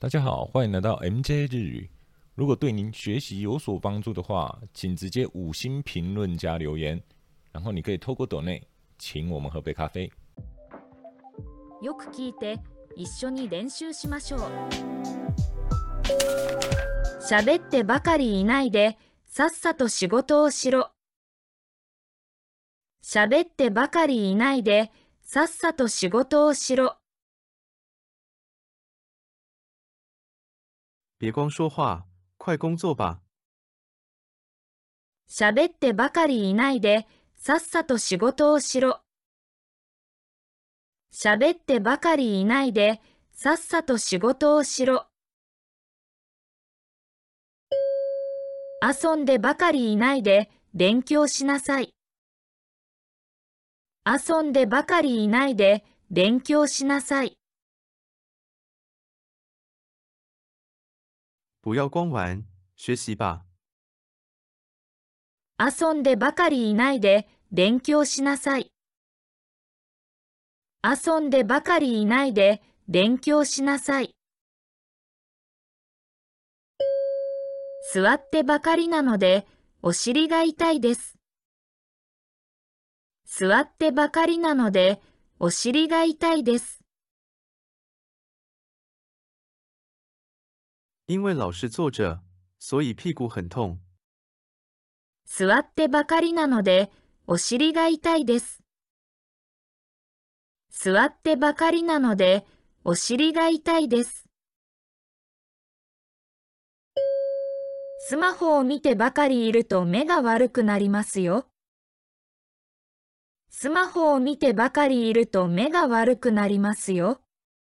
大家好，欢迎来到 MJ 日语。如果对您学习有所帮助的话，请直接5星评论加留言，然后你可以透过抖内请我们喝杯咖啡。 よく聞いて、一緒に練習しましょう。喋ってばかりいないで、さっさと仕事をしろ。喋ってばかりいないで、さっさと仕事をしろ。 别光说话，快工作吧。 喋ってばかりいないで、さっさと仕事をしろ。喋ってばかりいないで、さっさと仕事をしろ。遊んでばかりいないで、勉強しなさい。遊んでばかりいないで、勉強しなさい。 不要光玩，学习吧。 遊んでばかりいないで、勉強しなさい。遊んでばかりいないで、勉強しなさい。座ってばかりなので、お尻が痛いです。座ってばかりなので、お尻が痛いです。 因为老是坐着，所以屁股很痛。 座ってばかりなので、お尻が痛いです。座ってばかりなので、お尻が痛いです。スマホを見てばかりいると目が悪くなりますよ。スマホを見てばかりいると目が悪くなりますよ。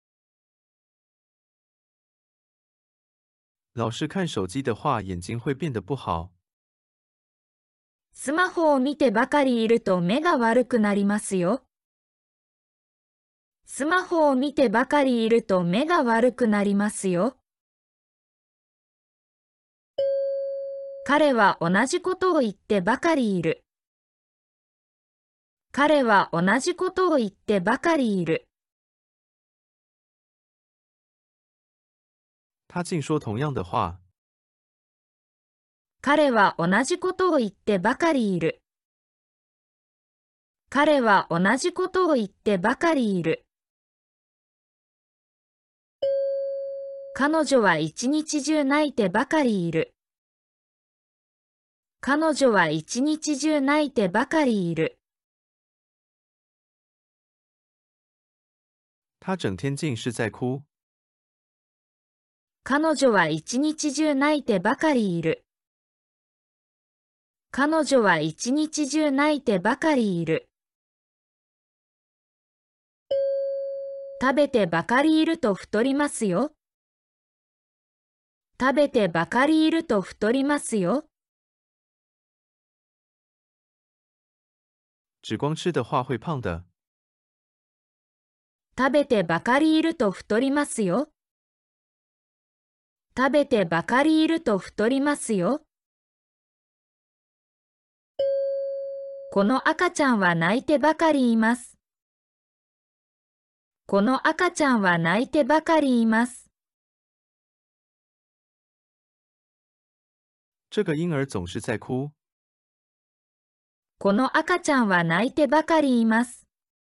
老是看手机的话，眼睛会变得不好。 スマホを見てばかりいると目が悪くなりますよ。スマホを見てばかりいると目が悪くなりますよ。彼は同じことを言ってばかりいる。彼は同じことを言ってばかりいる。 他竟说同样的话。 彼は同じことを言ってばかりいる。彼は同じことを言ってばかりいる。彼女は一日中泣いてばかりいる。彼女は一日中泣いてばかりいる。 他整天尽是在哭。 彼女は一日中泣いてばかりいる。彼女は一日中泣いてばかりいる。食べてばかりいると太りますよ。食べてばかりいると太りますよ。 只光吃的话会胖的。 食べてばかりいると太りますよ。食べてばかりいると太りますよ。この赤ちゃんは泣いてばかりいます。この赤ちゃんは泣いてばかりいます。 这个婴儿总是在哭。 この赤ちゃんは泣いてばかりいます。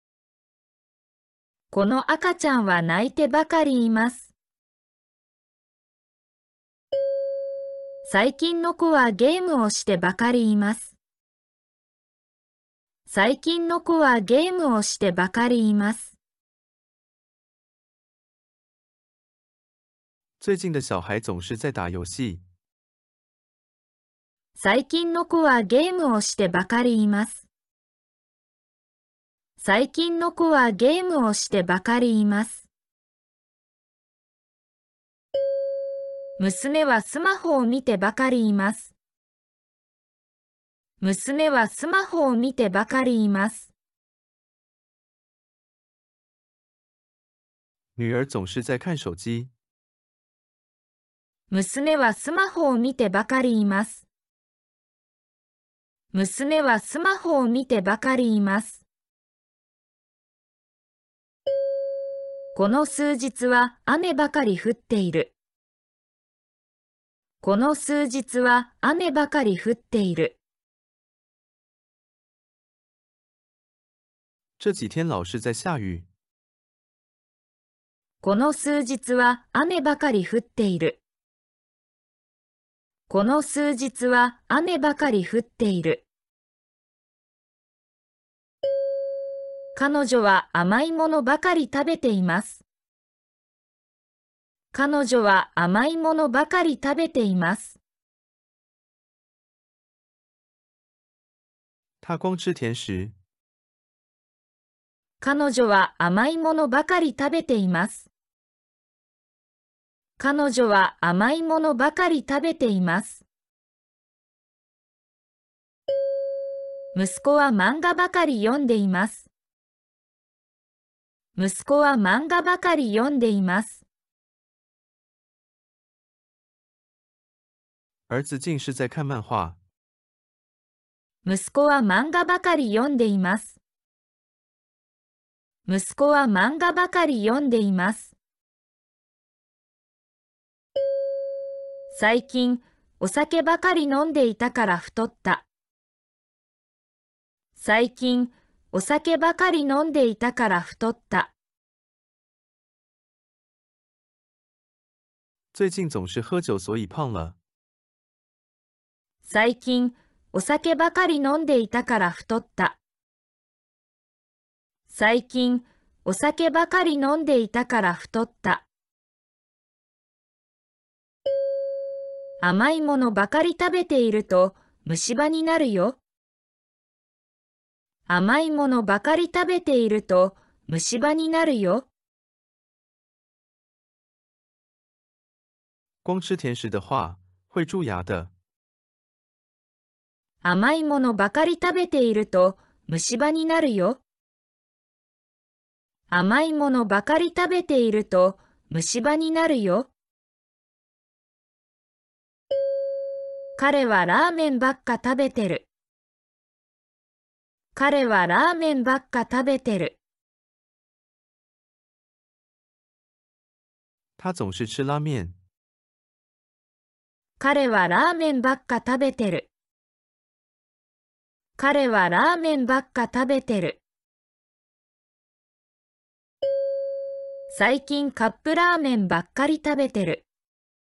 この赤ちゃんは泣いてばかりいます。最近の子はゲームをしてばかりいます。最近の子はゲームをしてばかりいます。 最近的小孩总是在打游戏。 最近の子はゲームをしてばかりいます。最近の子はゲームをしてばかりいます。娘はスマホを見てばかりいます。娘はスマホを見てばかりいます。 女儿总是在看手机。 娘はスマホを見てばかりいます。娘はスマホを見てばかりいます。この数日は雨ばかり降っている。 この数日は雨ばかり降っている。 这几天老是在下雨。 この数日は雨ばかり降っている。この数日は雨ばかり降っている。彼女は甘いものばかり食べています。彼女は甘いものばかり食べています。 他光吃甜食。 彼女は甘いものばかり食べています。彼女は甘いものばかり食べています。息子は漫画ばかり読んでいます。息子は漫画ばかり読んでいます。 儿子近视在看漫画。 息子は漫画ばかり読んでいます。息子は漫画ばかり読んでいます。最近、お酒ばかり飲んでいたから太った。最近、お酒ばかり飲んでいたから太った。 最近总是喝酒，所以胖了。 最近、お酒ばかり飲んでいたから太った。最近、お酒ばかり飲んでいたから太った。甘いものばかり食べていると虫歯になるよ。甘いものばかり食べていると虫歯になるよ。 光吃甜食的话，会蛀牙的。 甘いものばかり食べていると虫歯になるよ。甘いものばかり食べていると虫歯になるよ。彼はラーメンばっか食べてる。彼はラーメンばっか食べてる。 他总是吃拉面。 彼はラーメンばっか食べてる。彼はラーメンばっか食べてる。最近カップラーメンばっかり食べてる。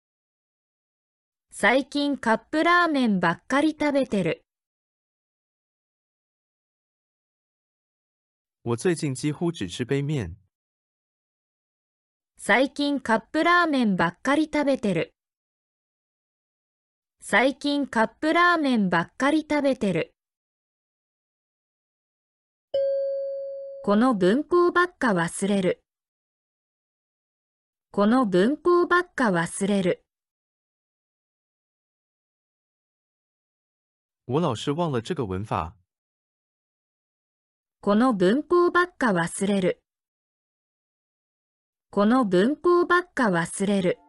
最近カップラーメンばっかり食べてる。 我最近几乎只吃杯面。 最近カップラーメンばっかり食べてる。最近カップラーメンばっかり食べてる。この文法ばっか忘れる。この文法ばっか忘れる。 我老是忘了这个文法。 この文法ばっか忘れる。この文法ばっか忘れる。